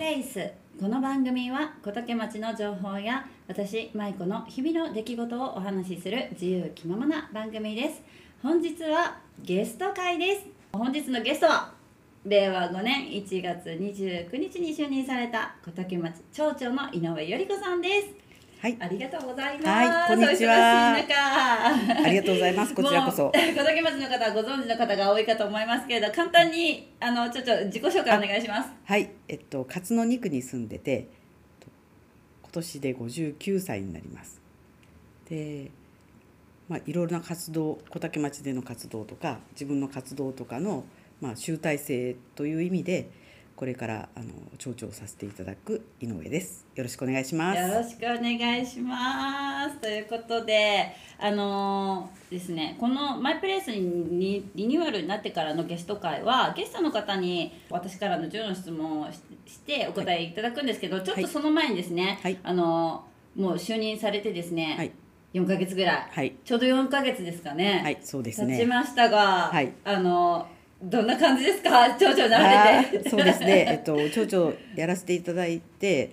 レイス。この番組は小竹町の情報や私舞子の日々の出来事をお話しする自由気ままな番組です。本日はゲスト会です。本日のゲストは令和5年1月29日に就任された小竹町町長の井上頼子さんです。 はい、 ありがとうございます。 はい、こんにちは。 お忙しい中ありがとうございます。こちらこそ。 小竹町の方ご存知の方が多いかと思いますけれど、簡単にちょっと自己紹介お願いします。 はい、勝野2区に住んでて、今年で59歳になります。で、いろいろな活動、小竹町での活動とか自分の活動とかの集大成という意味で。これから町長をさせていただく井上です。よろしくお願いします。 よろしくお願いします。ということで、ですね、このマイプレイスにリニューアルになってからのゲスト会はゲストの方に私からの10の質問をしてお答えいただくんですけど、ちょっとその前にですね、はい、もう就任されてですね、はい、4ヶ月ぐらい、はい、ちょうど4ヶ月ですかね、 はい、そうですね、 経ちましたが、はい、どんな感じですか、町長になられて。 そうですね、町長やらせていただいて、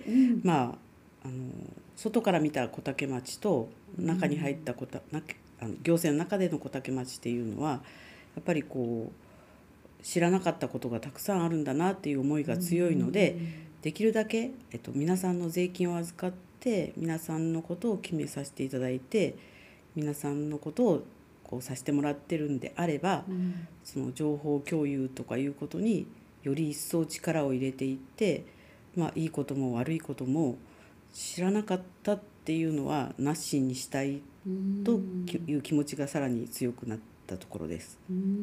外から見た小竹町と中に入った行政の中での小竹町っていうのはやっぱりこう知らなかったことがたくさんあるんだなっていう思いが強いので、できるだけ、皆さんの税金を預かって皆さんのことを決めさせていただいて、皆さんのことをこうさせてもらってるんであれば、その情報共有とかいうことにより一層力を入れていって、いいことも悪いことも知らなかったっていうのはなしにしたいという気持ちがさらに強くなったところです。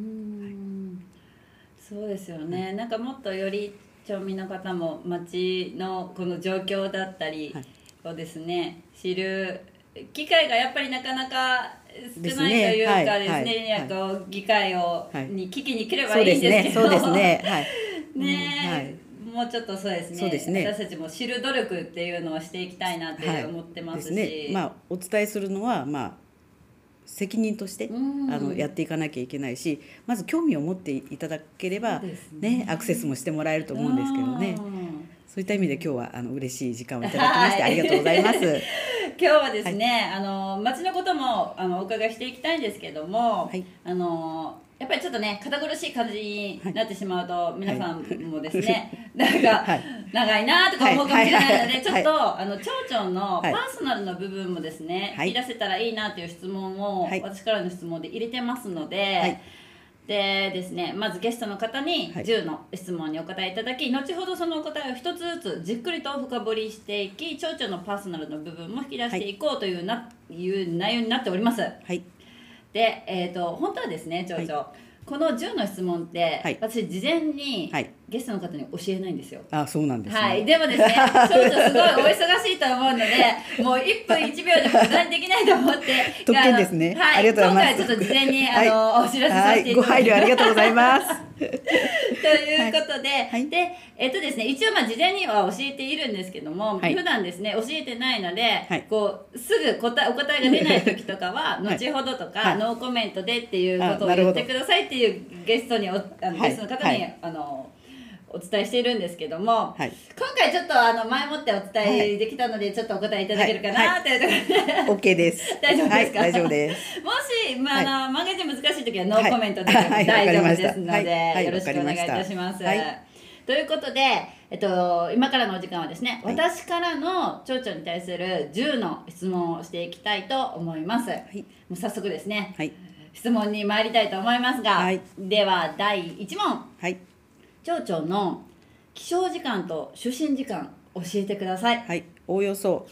そうですよね、なんかもっとより町民の方も町のこの状況だったりをですね、知る機会がやっぱりなかなか少ないというかですね、議会に聞きに来ればいいんですけど、そうですね、もうちょっとそうですね、私たちも知る努力っていうのをしていきたいなって思ってますし、 お伝えするのは責任としてやっていかなきゃいけないし、まず興味を持っていただければ、アクセスもしてもらえると思うんですけどね。そういった意味で今日は嬉しい時間をいただきましてありがとうございます。 今日はですね、町のこともお伺いしていきたいんですけども、やっぱりちょっとね堅苦しい感じになってしまうと、皆さんもですね、なんか長いなとか思うかもしれないので、ちょっと町長のパーソナルの部分もですね、引き出せたらいいなという質問を私からの質問で入れてますので、でですね、まずゲストの方に10の質問にお答えいただき、後ほどそのお答えを一つずつじっくりと深掘りしていき、町長のパーソナルの部分も引き出していこうという内容になっております。で、本当はですね、町長、この10の質問って、私事前にゲストの方に教えないんですよ。 そうなんですね。 でもですね、町長すごいお忙しいと思うので、もう1分1秒でも無駄にできないと思って特権ですね。ありがとうございます。 今回ちょっと事前にお知らせさせていただきます。 ご配慮ありがとうございます。 ということで、ですね、一応事前には教えているんですけども、普段ですね教えてないので、こうすぐお答えが出ない時とかは後ほどとか、ノーコメントでっていうことを言ってくださいっていうゲストの方にお伝えしているんですけども、今回ちょっと前もってお伝えできたので、ちょっとお答えいただけるかなというところで、 OK です。 大丈夫ですか？ 大丈夫です。 もし万が一難しい時はノーコメントでも大丈夫ですので、よろしくお願いいたします。ということで、今からのお時間はですね、私からの町長に対する10の質問をしていきたいと思います。もう早速ですね、質問に参りたいと思いますが、では第1問、町長の起床時間と就寝時間教えてください。 おおよそ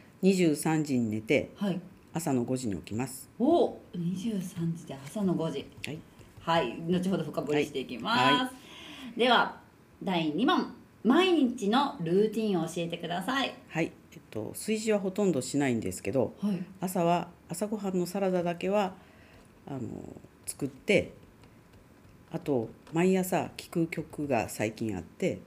23時に寝て、朝の5時に起きます。 23時で朝の5時。後ほど深掘りしていきます。では第2問、毎日のルーティンを教えてください。 炊事はほとんどしないんですけど、朝は朝ごはんのサラダだけは作って、あと毎朝聴く曲が最近あって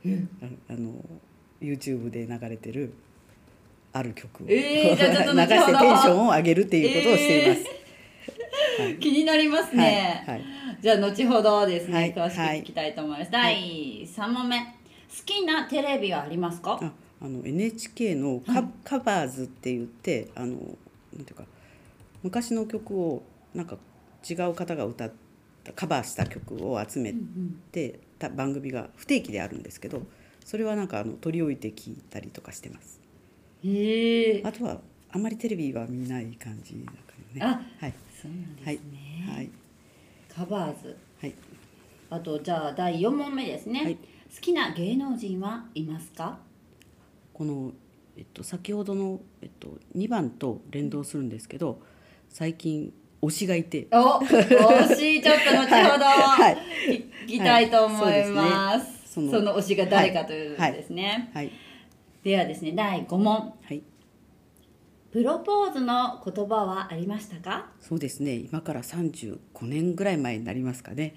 、YouTube で流れてるある曲を流してテンションを上げるっていうことをしています。 気になりますね。じゃあ後ほどですね、詳しく聞きたいと思います。第3問目、 きなテレビはありますか？ NHK のカバーズって言ってなんていうか昔の曲をなんか違う方が歌ったカバーした曲を集めてた番組が不定期であるんですけど、それはなんか取り置いて聞いたりとかしてます。あとはあんまりテレビは見ない感じだからね。 はい、そうなんですね。 はい、 カバーズ。 はい。 あとじゃあ第4問目ですね。 はい、 好きな芸能人はいますか？ この、先ほどの、2番と連動するんですけど、最近推しがいて、 推しちょっと後ほど聞きたいと思います。その推しが誰かというですね。ではですね、第5問。プロポーズの言葉はありましたか？ そうですね、今から35年ぐらい前になりますかね。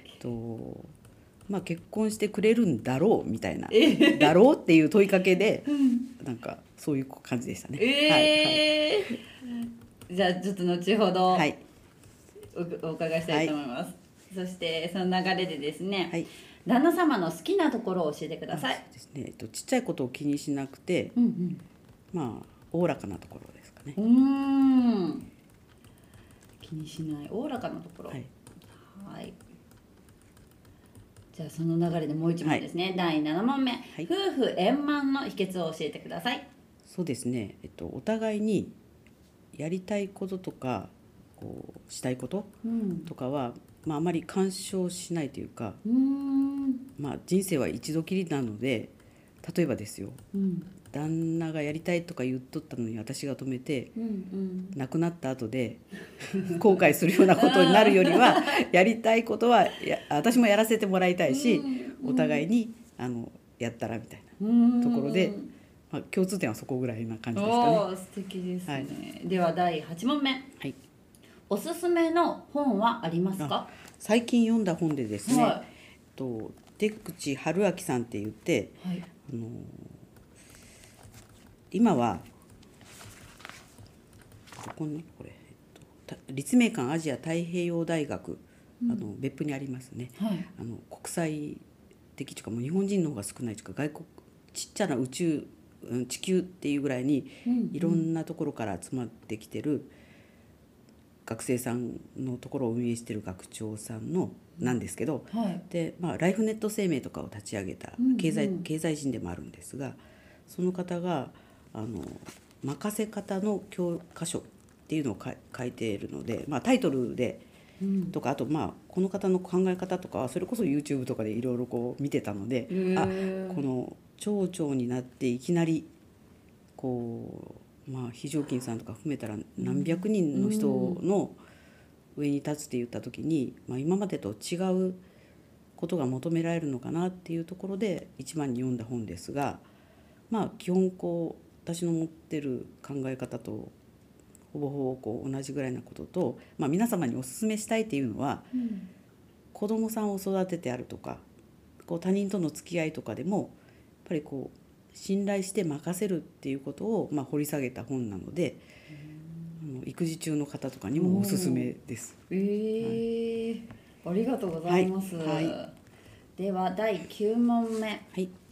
結婚してくれるんだろうみたいな、だろうっていう問いかけで、なんかそういう感じでしたね。 じゃあちょっと後ほどお伺いしたいと思います。そしてその流れでですね、旦那様の好きなところを教えてください。 そうですね、ちっちゃいことを気にしなくて、おおらかなところですかね。 気にしないおおらかなところ。じゃあその流れでもう一問ですね。第7問目、夫婦円満の秘訣を教えてください。 そうですね、お互いにやりたいこととかこうしたいこととかは、あまり干渉しないというか、人生は一度きりなので、例えばですよ、旦那がやりたいとか言っとったのに私が止めて、亡くなった後で後悔するようなことになるよりはやりたいことは私もやらせてもらいたいし、お互いにやったらみたいなところで、共通点はそこぐらいな感じですかね。 素敵ですね。では第8問目、おすすめの本はありますか？ 最近読んだ本でですね、出口春明さんって言って、今はこれ立命館アジア太平洋大学、別府にありますね。国際的というか、もう日本人の方が少ないというか、外国ちっちゃな宇宙地球っていうぐらいにいろんなところから集まってきてる学生さんのところを運営してる学長さんのなんですけど、でライフネット生命とかを立ち上げた経済人でもあるんですが、その方が任せ方の教科書っていうのを書いているので、タイトルでとか、あとこの方の考え方とかはそれこそ YouTube とかでいろいろこう見てたので、この町長になっていきなりこう非常勤さんとか含めたら何百人の人の上に立つって言った時に、今までと違うことが求められるのかなっていうところで一番に読んだ本ですが、基本私の持ってる考え方とほぼほぼ同じぐらいなことと、皆様にお勧めしたいっていうのは、子どもさんを育ててあるとか、他人との付き合いとかでもやっぱり信頼して任せるっていうことを掘り下げた本なので、育児中の方とかにもおすすめです。 ありがとうございます。では第9問目、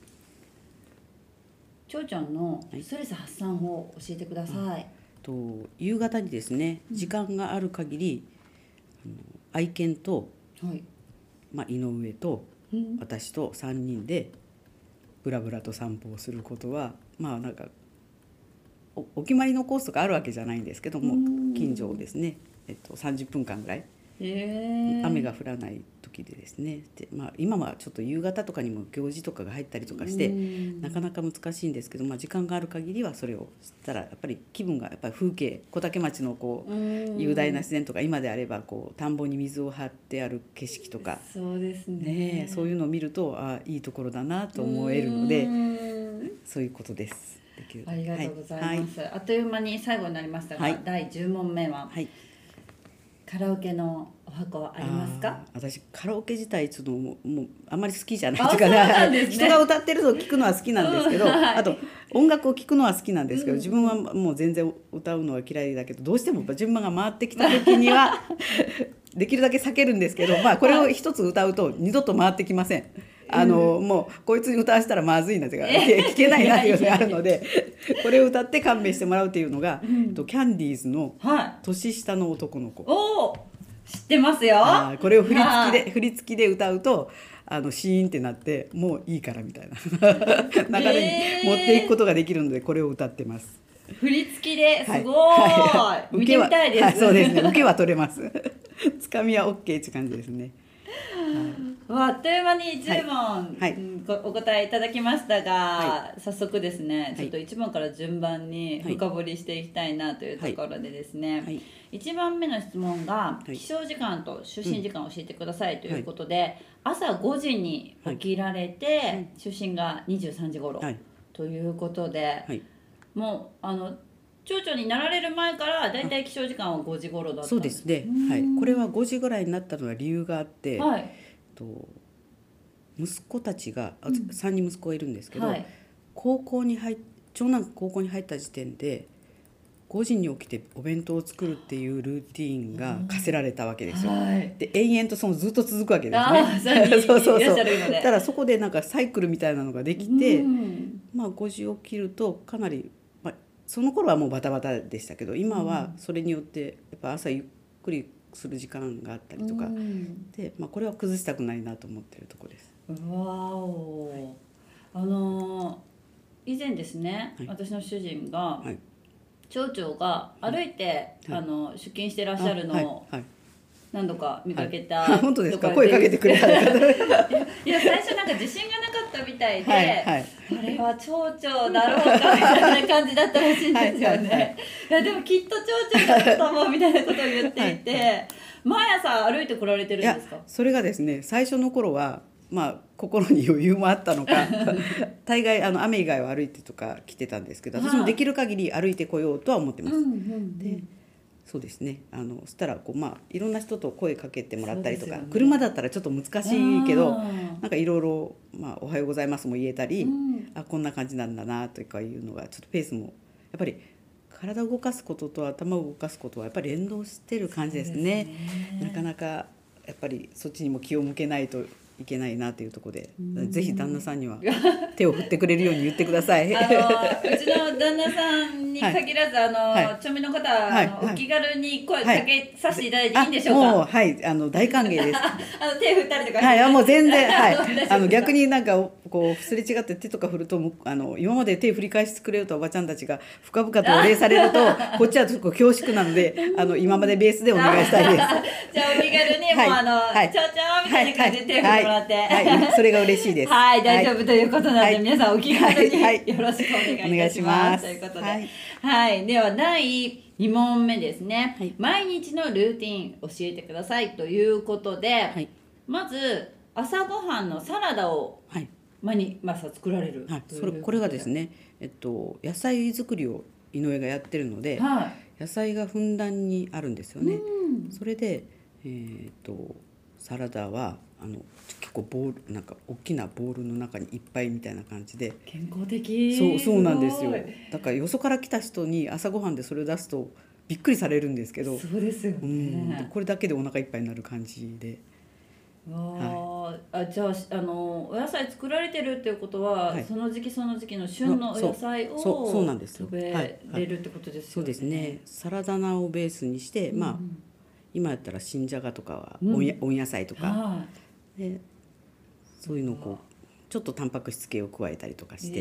長ちゃんのストレス発散法を教えてください。 夕方にですね、時間がある限り、愛犬と、井上と私と3人でブラブラと散歩をすることは、なんか お決まりのコースとかあるわけじゃないんですけども、近所をですね、30分間ぐらい、雨が降らない時でですね、で、今はちょっと夕方とかにも行事とかが入ったりとかしてなかなか難しいんですけど、時間がある限りはそれをしたらやっぱり気分がやっぱり風景、小竹町の雄大な自然とか、今であれば田んぼに水を張ってある景色とか、 そうですね、 そういうのを見るといいところだなと思えるので、そういうことです。 ありがとうございます。あっという間に最後になりましたが、第10問目は、カラオケのお箱はありますか？ 私カラオケ自体もうあんまり好きじゃないから、人が歌ってるのを聞くのは好きなんですけど、あと音楽を聴くのは好きなんですけど、自分はもう全然歌うのは嫌いだけど、どうしても順番が回ってきた時にはできるだけ避けるんですけど、これを一つ歌うと二度と回ってきません。 もうこいつに歌わせたらまずいなっていうか聞けないなっていうのがあるのでこれを歌って勘弁してもらうっていうのが、キャンディーズの年下の男の子、 お知ってますよ。 これを振り付きで歌うとシーンってなってもういいからみたいな流れに持っていくことができるのでこれを歌ってます。 振り付きですごい、見てみたいです。 そうですね、受けは取れますつかみは OK って感じですね。 あっという間に10問、お答えいただきましたが、早速ですね、ちょっと1問から順番に深掘りしていきたいなというところでですね、1番目の質問が、起床時間と就寝時間を教えてくださいということで、朝5時に起きられて、就寝が23時頃ということで、もう町長になられる前からだいたい起床時間は5時頃だったんですか？ そうですね、これは5時ぐらいになったのは理由があって、息子たちが3人息子がいるんですけど、長男が高校に入った時点で5時に起きてお弁当を作るっていうルーティーンが課せられたわけですよ。で延々とずっと続くわけですね。そうだからそこでなんかサイクルみたいなのができて、5時起きるとかなり、その頃はもうバタバタでしたけど、今はそれによってやっぱ朝ゆっくりする時間があったりとかで、これは崩したくないなと思ってるところです。 わお、以前ですね、私の主人が、町長が歩いて、出勤してらっしゃるのを何度か見かけた、 本当ですか？声かけてくれたいや最初なんか自信がなかったみたいで、あれは町長だろうかみたいな感じだったらしいんですよね。いやでもきっと町長だったもんみたいなことを言っていて、毎朝歩いてこられてるんですか？ それがですね、最初の頃は心に余裕もあったのか大概雨以外は歩いてとか来てたんですけど、私もできる限り歩いてこようとは思ってます。でそうですね、そしたらいろんな人と声かけてもらったりとか、車だったらちょっと難しいけど、なんかいろいろおはようございますも言えたり、こんな感じなんだなとかいうのがちょっとペースもやっぱり体を動かすことと頭を動かすことはやっぱり連動してる感じですね。なかなかやっぱりそっちにも気を向けないといけないなというところで、ぜひ旦那さんには手を振ってくれるように言ってください。 うちの旦那さんに限らず、町民の方、お気軽に声かけさせていただいていいんでしょうか？ もう大歓迎です。 手振ったりとかもう全然逆になんかこうすれ違って手とか振ると今まで手振り返してくれるとおばちゃんたちが深々とお礼されるとこっちはちょっと恐縮なので今までベースでお願いしたいです。 じゃあお気軽にもちょみたいな感じで手振ってもらって、 それが嬉しいです。 大丈夫ということなので、皆さんお気軽によろしくお願いいたします。ということで、では第2問目ですね、毎日のルーティン教えてくださいということで、まず朝ごはんのサラダを毎朝作られる、 これがですね、野菜作りを井上がやってるので、野菜がふんだんにあるんですよね。それで、サラダは結構なんか大きなボウルの中にいっぱいみたいな感じで健康的。 そうなんですよ。だからよそから来た人に朝ごはんでそれを出すとびっくりされるんですけど、 そうですよね、 これだけでお腹いっぱいになる感じで。 じゃあお野菜作られてるっていうことは、その時期その時期の旬のお野菜を食べれるってことですよね。 そうですね。サラダ菜をベースにして、今やったら新じゃがとかは温野菜とか、でそういうのをちょっとタンパク質系を加えたりとかして、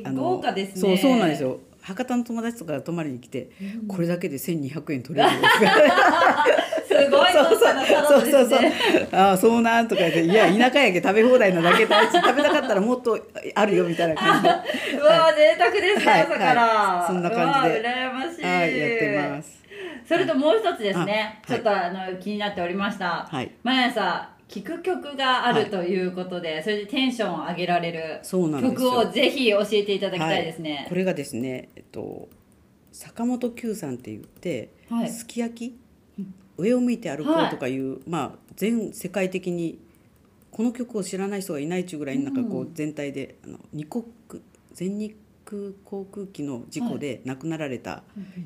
豪華ですね。 そうなんですよ。博多の友達とかが泊まりに来て、これだけで1200円取れるよすごい豪華なサラダですね。 そうなんとか言って、いや田舎やけ食べ放題なだけだし、食べたかったらもっとあるよみたいな感じでうわ贅沢ですね、朝から、 そんな感じで羨ましい、 やってます。 それともう一つですね、ちょっと気になっておりました、毎朝聴く曲があるということで、それでテンションを上げられる曲をぜひ教えていただきたいですね。 これがですね、坂本九さんって言って、すき焼き、上を向いて歩こうとかいう、全世界的にこの曲を知らない人がいないっていうぐらい、なんか全体で全日空航空機の事故で亡くなられた、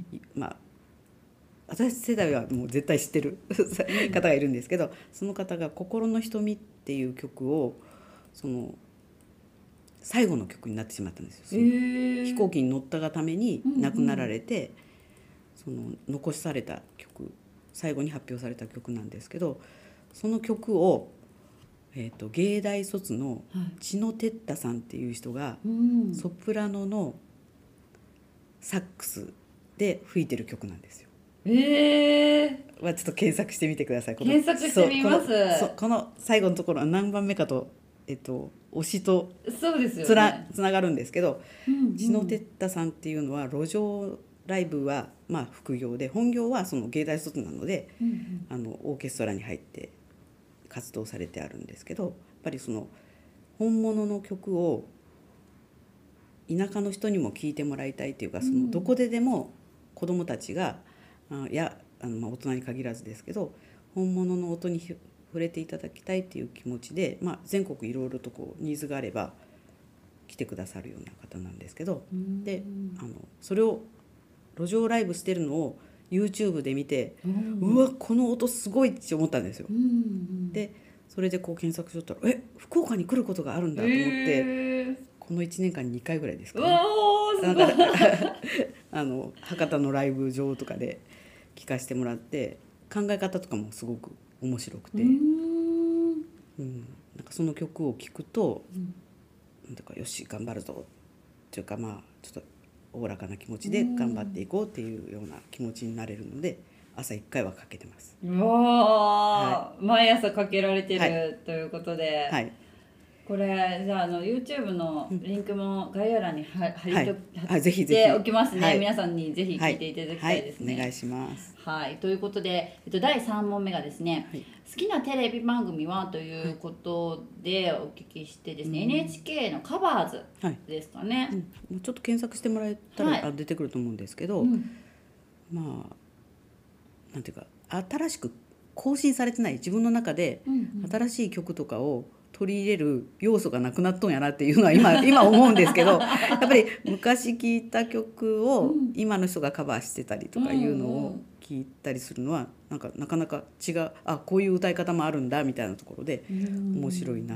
私世代はもう絶対知ってる方がいるんですけど、その方が「心の瞳」っていう曲をその最後の曲になってしまったんですよ。その飛行機に乗ったがために亡くなられて、その残された曲、最後に発表された曲なんですけど、その曲を、芸大卒の千野哲太さんっていう人が、ソプラノのサックスで吹いてる曲なんですよ。ちょっと検索してみてください。 検索してみます。 この最後のところは何番目かと、推しとそうですよね、 つながるんですけど、千野哲太さんっていうのは路上ライブはまあ副業で、本業はその芸大卒なので、オーケストラに入って活動されてあるんですけど、やっぱりその本物の曲を田舎の人にも聴いてもらいたいっていうか、そのどこででも子どもたちが、大人に限らずですけど、本物の音に触れていただきたいっていう気持ちで、全国いろいろとこうニーズがあれば来てくださるような方なんですけど、でそれを路上ライブしてるのを YouTube で見て、うわこの音すごいって思ったんですよ。でそれでこう検索しとったら、福岡に来ることがあるんだと思って、この1年間に2回ぐらいですかね、博多のライブ場とかで聞かせてもらって、考え方とかもすごく面白くて、なんかその曲を聴くと、なんかよし頑張るぞっていうか、ちょっとおおらかな気持ちで頑張っていこうっていうような気持ちになれるので、朝1回はかけてます。 毎朝かけられてる、ということで、これじゃあYouTube のリンクも概要欄に貼っておきますね。皆さんにぜひ聞いていただきたいですね。 お願いします。 ということで、第3問目がですね、好きなテレビ番組はということでお聞きしてですね、NHK のカバーズですかね、 ちょっと検索してもらえたら出てくると思うんですけど、なんていうか新しく更新されてない、自分の中で新しい曲とかを取り入れる要素がなくなっとんやなっていうのは今思うんですけど、やっぱり昔聴いた曲を今の人がカバーしてたりとかいうのを聞いたりするのは、なかなか違う、こういう歌い方もあるんだみたいなところで面白いなって。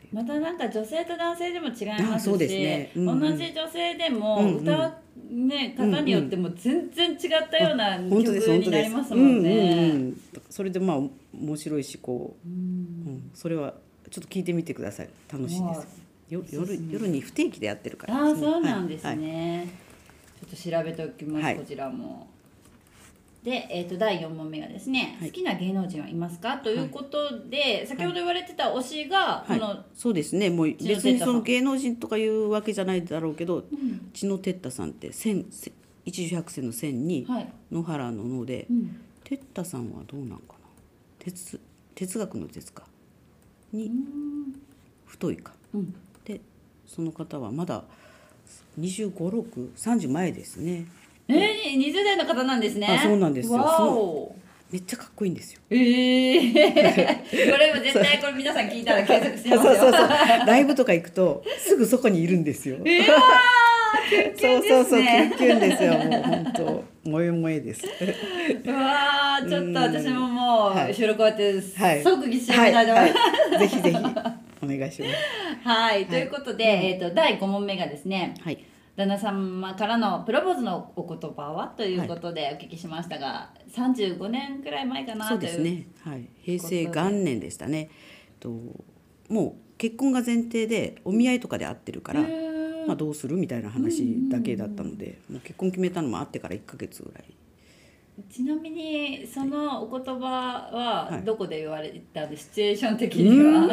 またなんか女性と男性でも違いますし、 そうですね、 同じ女性でも歌う、方によっても全然違ったような曲になりますもんね。 それで面白いし、こう、それはちょっと聞いてみてください。楽しいです。夜に不定期でやってるから。 そうなんですね。ちょっと調べておきます、こちらも。で、第4問目がですね、好きな芸能人はいますかということで、先ほど言われてた推しがこの、 そうですね、もう別にその芸能人とかいうわけじゃないだろうけど、千野哲太さんって一十百選の千に野原の野で、哲太さんはどうなんかな、哲学の哲かに太いか、でその方はまだ25、6、30前ですね。 20代の方なんですね。 そうなんですよ。めっちゃかっこいいんですよ。 これも絶対これ皆さん聞いたら検索してますよ。 ライブとか行くとすぐそこにいるんですよ。 キュンキュンですね。 キュンキュンですよ。もう本当萌え萌えです。 ちょっと私ももう収録終わって即決してみたいと思います。 ぜひぜひお願いします。 ということで、第5問目がですね、旦那様からのプロポーズのお言葉はということでお聞きしましたが、35年くらい前かなという。 そうですね、平成元年でしたね。もう結婚が前提でお見合いとかで会ってるから、どうするみたいな話だけだったので、もう結婚決めたのも会ってから1ヶ月ぐらい。 ちなみにそのお言葉はどこで言われたんで、シチュエーション的には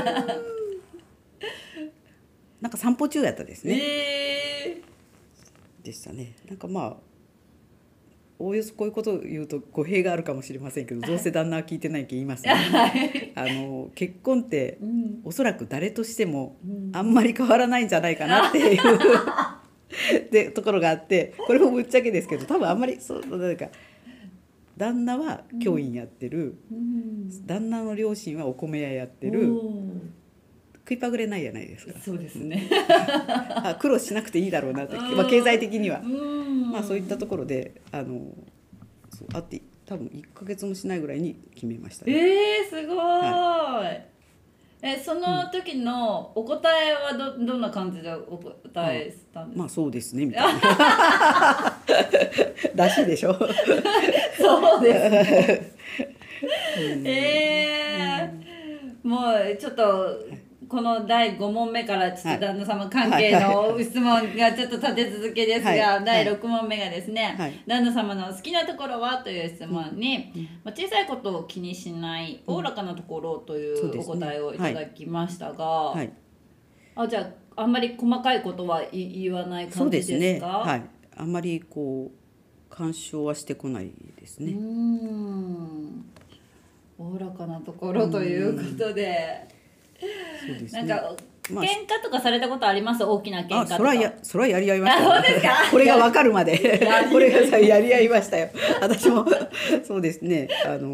なんか散歩中やったですね。でしたね。なんかおおよそこういうことを言うと語弊があるかもしれませんけど、どうせ旦那は聞いてないけ言いますね。結婚っておそらく誰としてもあんまり変わらないんじゃないかなっていうでところがあって、これもぶっちゃけですけど、多分あんまりなんか旦那は教員やってる、旦那の両親はお米屋やってる、食いっぱぐれないじゃないですか。 そうですね。 苦労しなくていいだろうなって、経済的にはそういったところであって多分1ヶ月もしないぐらいに決めましたね。 すごい。 その時のお答えはどんな感じでお答えしたんですか？ まあそうですねみたいならしいでしょそうですもうちょっとこの第5問目からちょっと旦那様関係の質問がちょっと立て続けですが、第6問目がですね、旦那様の好きなところはという質問に、小さいことを気にしないおおらかなところというお答えをいただきましたが、じゃああんまり細かいことは言わない感じですか？そうですね、 はい、あんまりこう干渉はしてこないですね。 おおらかなところということで、 そうですね、 なんか喧嘩とかされたことあります？大きな喧嘩とか。 それはやり合いましたよ。 本当ですか？ これが分かるまでこれがさやり合いましたよ私もそうですね、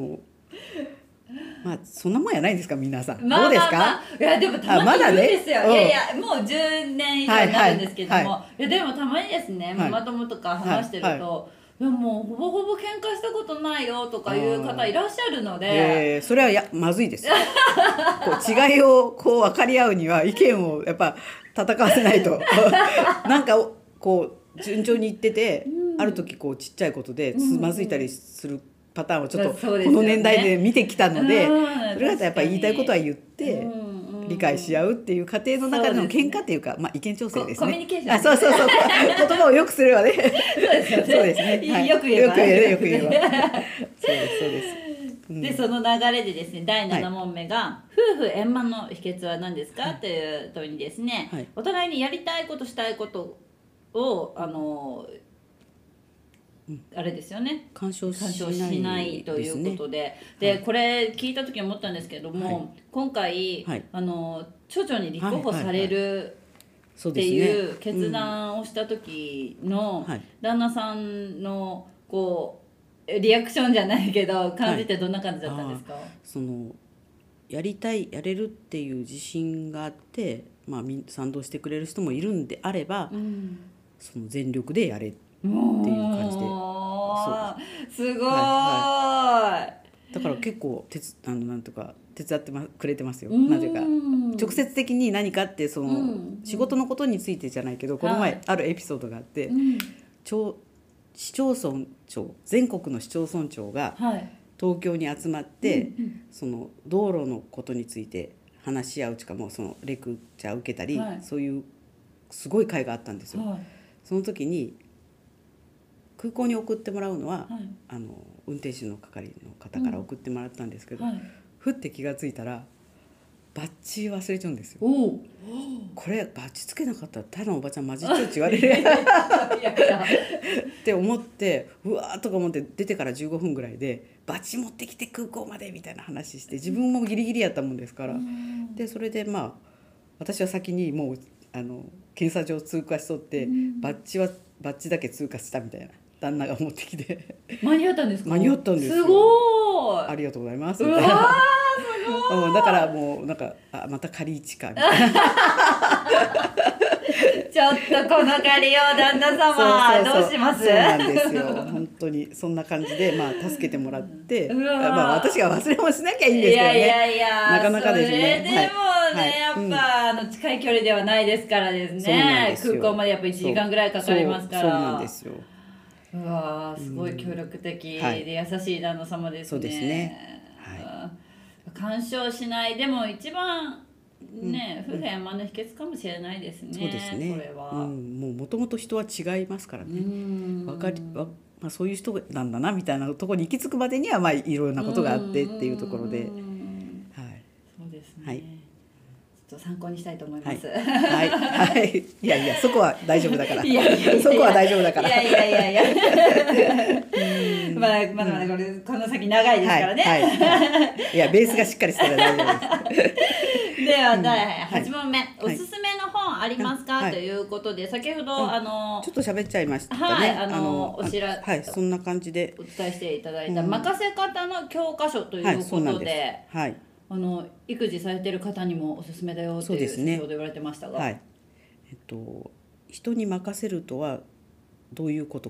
まあそんなもんやないですか皆さん、どうですか？ いやでもたまにいるんですよ、いやいやもう10年以上になるんですけども、いやでもたまにですね、ママ友とか話してると、いやもうほぼほぼ喧嘩したことないよとかいう方いらっしゃるので、 それはまずいですこう違いをこう分かり合うには意見をやっぱ戦わせないとなんかこう順調にいってて、ある時こうちっちゃいことでつまずいたりするパターンをちょっとこの年代で見てきたので、それだとやっぱり言いたいことは言って理解し合うっていう過程の中での喧嘩っていうか、まあ意見調整ですね。 コミュニケーション。 そう言葉をよくすればね。そうですね。 よく言えば。 そうですそうです。 でその流れでですね、第7問目が、夫婦円満の秘訣は何ですかという問いにですね、お互いにやりたいことしたいことをあれですよね、 干渉しないということで、これ聞いた時思ったんですけども、今回町長に立候補されるっていう決断をした時の旦那さんのこうリアクションじゃないけど感じってどんな感じだったんですか？ やれるっていう自信があって、まあ、賛同してくれる人もいるんであれば、その全力でやれっていう感じで、 すごい、 だから結構なんとか手伝ってくれてますよ。なぜか直接的に何かってその仕事のことについてじゃないけど、この前あるエピソードがあって、市町村長全国の市町村長が東京に集まって、その道路のことについて話し合うしかもそのレクチャー受けたり、そういうすごい会があったんですよ。その時に空港に送ってもらうのは、運転手の係の方から送ってもらったんですけど、ふって気がついたらバッジ忘れちゃうんですよ。これバッジつけなかったらただのおばちゃんマジっちょって言われるって思って、うわーとか思って出てから15分ぐらいでバッジ持ってきて空港までみたいな話して、自分もギリギリやったもんですから、でそれでまあ私は先にもう検査場通過しとって、バッジだけ通過したみたいな、旦那が持ってきて間に合ったんですか？ 間に合ったんですよ。 すごい、 ありがとうございますみたいなだからもうなんかまた仮一かみたいなちょっとこの借りを旦那様どうします？ そうなんですよ本当にそんな感じで、まあ、助けてもらって、まあ、私が忘れもしなきゃいいんですけどね。なかなかですね。 それでもね、やっぱ近い距離ではないですからですね。空港までやっぱ1時間ぐらいかかりますから。 そうなんですよ。 うわすごい協力的で優しい旦那様ですね。 そうですね。 干渉しない、でも一番ね、夫婦円満の秘訣かもしれないですね。 そうですね。 これは、 もともと人は違いますからね。まあ、そういう人なんだなみたいなところに行き着くまでには、まあ、いろんなことがあってっていうところで、 そうですね。ちょっと参考にしたいと思います。 いやそこは大丈夫だから。そこは大丈夫だから。 まだまだこの先長いですからね。 いやベースがしっかりしてたら大丈夫です。 では第8問目、おすすめの本ありますか、ということで、先ほどちょっと喋っちゃいましたね。そんな感じでお伝えしていただいた任せ方の教科書ということで、育児されてる方にもおすすめだよって先ほど言われてましたが、 人に任せるとはどういうことかっ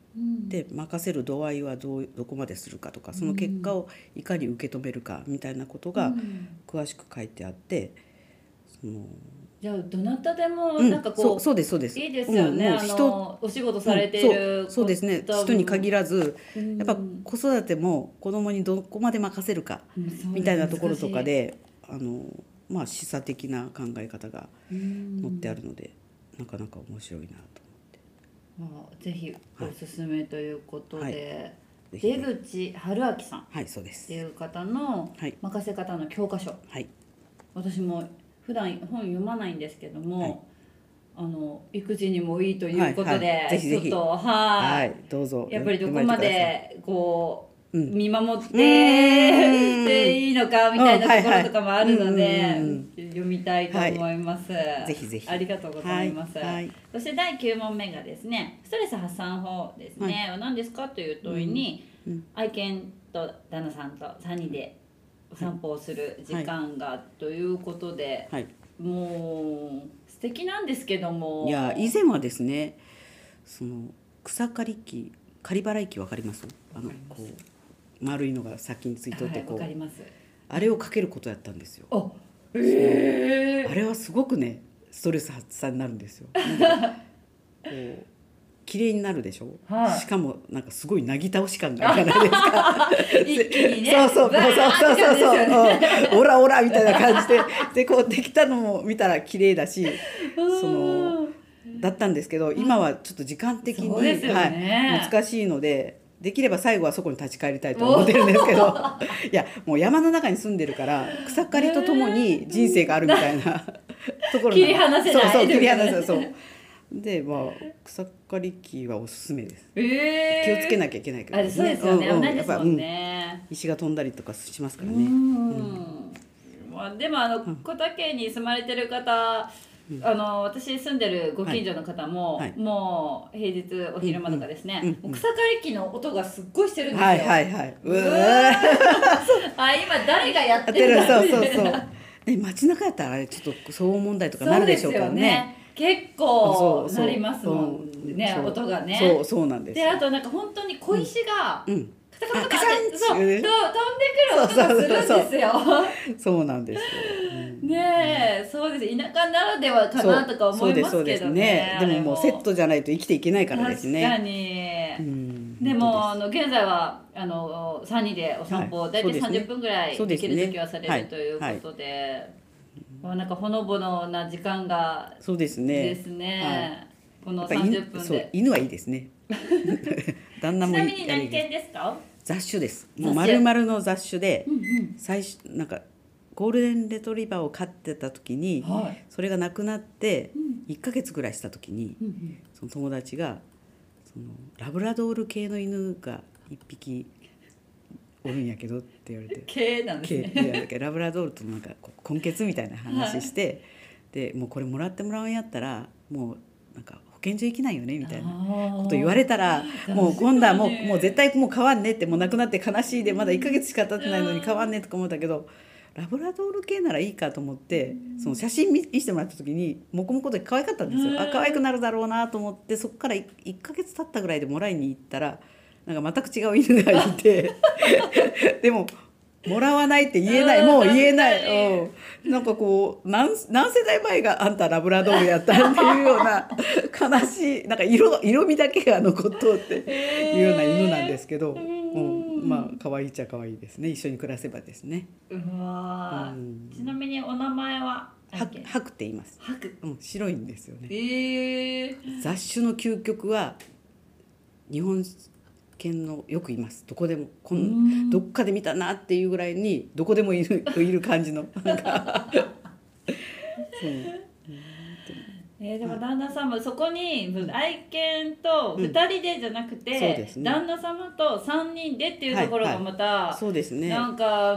で任せる度合いはどこまでするかとか、その結果をいかに受け止めるかみたいなことが詳しく書いてあって、 じゃあどなたでもなんかこう、 そうですそうです、 いいですよね、お仕事されているそうですね、人に限らずやっぱ子育ても子供にどこまで任せるかみたいなところとかで示唆的な考え方が載ってあるので、なかなか面白いなと思って、ぜひおすすめということで、出口春明さんっていう方の任せ方の教科書、私も普段本読まないんですけども、育児にもいいということで、ちょっとどうぞやっぱりどこまでこう見守っていいのかみたいなところとかもあるので読みたいと思います。 ぜひぜひありがとうございます。そして第9問目がですね、ストレス発散法ですね、何ですかという問いに、愛犬と旦那さんと3人でお散歩をする時間がということで、もう素敵なんですけども、 いや以前はですね、その草刈り機、刈り払い機わかります？こう丸いのが先についとってこう、あれをかけることやったんですよ。あれはすごくねストレス発散になるんですよ。こう綺麗になるでしょ、しかもなんかすごいなぎ倒し感があるじゃないですか。 一気にね、 そうオラオラみたいな感じでこうできたのも見たら綺麗だし、だったんですけど、今はちょっと時間的に、難しいので、できれば最後はそこに立ち返りたいと思ってるんですけどいやもう山の中に住んでるから草刈りとともに人生があるみたいなところ切り離せない、 切り離せない、そうで草刈り機はおすすめです。気をつけなきゃいけないけどね。 そうですよね、危ないですもんね。 石が飛んだりとかしますからね。 でも小竹に住まれてる方、私住んでるご近所の方も、もう平日お昼間とかですね、草刈り機の音がすっごいしてるんですよ。今誰がやってるんだみたいな。 街中やったらあれちょっと騒音問題とかなるでしょうからね。 結構なりますもんね、音がね。 そうなんです。 であとなんか本当に小石がカタカタカタって飛んでくる音がするんですよ。 そうなんですよ。 ねえ、そうです。田舎ならではかなとか思いますけどね。 でももうセットじゃないと生きていけないからですね。 確かに。でも現在は3人でお散歩大体30分ぐらいできる時はされるということで。なんかほのぼのな時間がですね。この30分で。 犬はいいですね。旦那もちなみに何犬ですか？ 雑種です。もう丸々の雑種で、最初なんかゴールデンレトリバーを飼ってた時に、それがなくなって1ヶ月ぐらいした時に、その友達がラブラドール系の犬が1匹おるんやけどって言われて、 系なんですね。 ラブラドールとなんか根血みたいな話して、でもうこれもらってもらうんやったらもうなんか保健所行きないよねみたいなこと言われたら、もう今度はもう絶対もう飼わんねって、もう亡くなって悲しいでまだ1ヶ月しか経ってないのに飼わんねとか思ったけど、ラブラドール系ならいいかと思って、その写真見せてもらった時にモコモコで可愛かったんですよ。可愛くなるだろうなと思って、そこから1ヶ月経ったぐらいでもらいに行ったら、なんか全く違う犬がいてでももらわないって言えない、もう言えない、なんかこう何世代前があんたラブラドールやったっていうような悲しい、なんか色味だけが残っとっていうような犬なんですけど、可愛いっちゃ可愛いですね。一緒に暮らせばですね。 ちなみにお名前はハクって言います。白いんですよね。雑種の究極は日本犬のよくいます。どこでもどっかで見たなっていうぐらいにどこでもいる感じのでも旦那さんもそこに愛犬と2人でじゃなくて、旦那様と3人でっていうところがまたなんか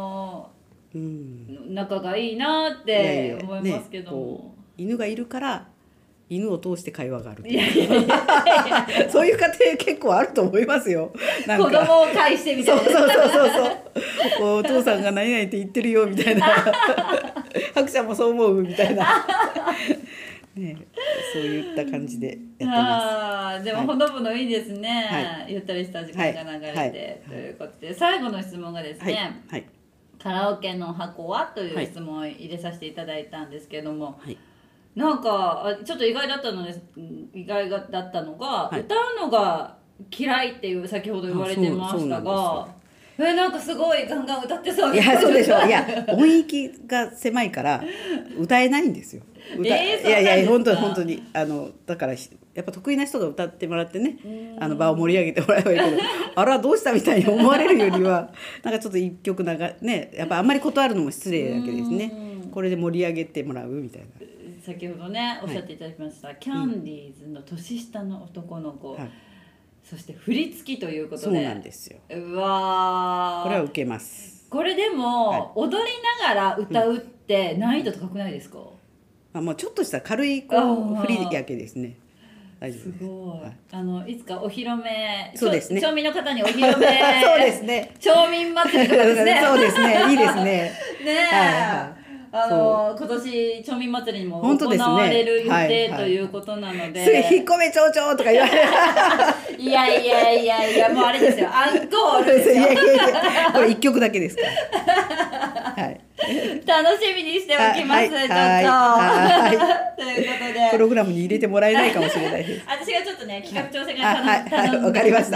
仲がいいなって思いますけども、 犬がいるから犬を通して会話があるそういう家庭結構あると思いますよ。 なんか子供を介してみたいな。 そうお父さんが何々って言ってるよみたいな白ちゃんもそう思うみたいなそういった感じでやってまでもほのぼのいいですね、ゆったりした時間が流れて、ということで最後の質問がですね、カラオケの箱はという質問を入れさせていただいたんですけども、なんかちょっと意外だったのが、歌うのが嫌いっていう先ほど言われてましたが、なんかすごいガンガン歌ってそうな。いやそうでしょ。いや音域が狭いから歌えないんですよ。いや本当にだからやっぱ得意な人が歌ってもらってね、場を盛り上げてもらえばいいけど、あらどうしたみたいに思われるよりはなんかちょっと一曲ね、やっぱあんまり断るのも失礼だけですね。これで盛り上げてもらうみたいな。 先ほどねおっしゃっていただきました、キャンディーズの年下の男の子、そして振り付きということで、 そうなんですよ。 うわ、 これは受けます。 これでも、踊りながら歌うって難易度高くないですか？ もうちょっとした軽い振りやけですね。大丈夫です。 すごい。いつかお披露目、 そうですね。 町民の方にお披露目そうですね。 町民祭りとかですね。 そうですね。いいですね。 ねえ。今年町民祭りにも行われる予定ということなので、 すぐ引っ込め町長とか言われる。 いやもうあれですよ、アンコールですよ。 これ一曲だけですから。 楽しみにしておきます、ちょっと。ということでプログラムに入れてもらえないかもしれないです。 私がちょっとね、企画調整が頼んで、 わかりました。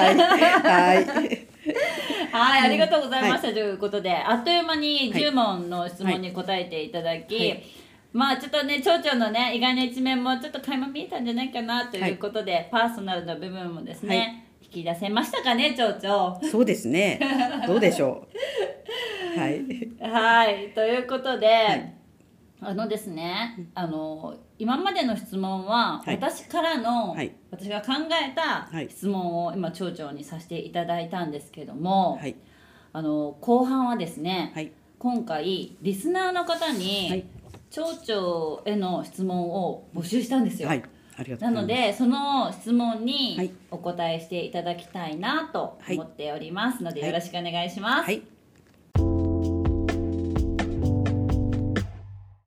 はい、ありがとうございました、ということで、あっという間に10問の質問に答えていただき、まあちょっとね、町長のね意外な一面もちょっと垣間見えたんじゃないかなということで、パーソナルな部分もですね、引き出せましたかね、町長。 そうですね。どうでしょう。 はい、ということで、ですね、今までの質問は、私からの、私が考えた質問を今町長にさせていただいたんですけども、後半はですね、今回リスナーの方に、町長への質問を募集したんですよ。なのでその質問にお答えしていただきたいなと思っておりますので、よろしくお願いします。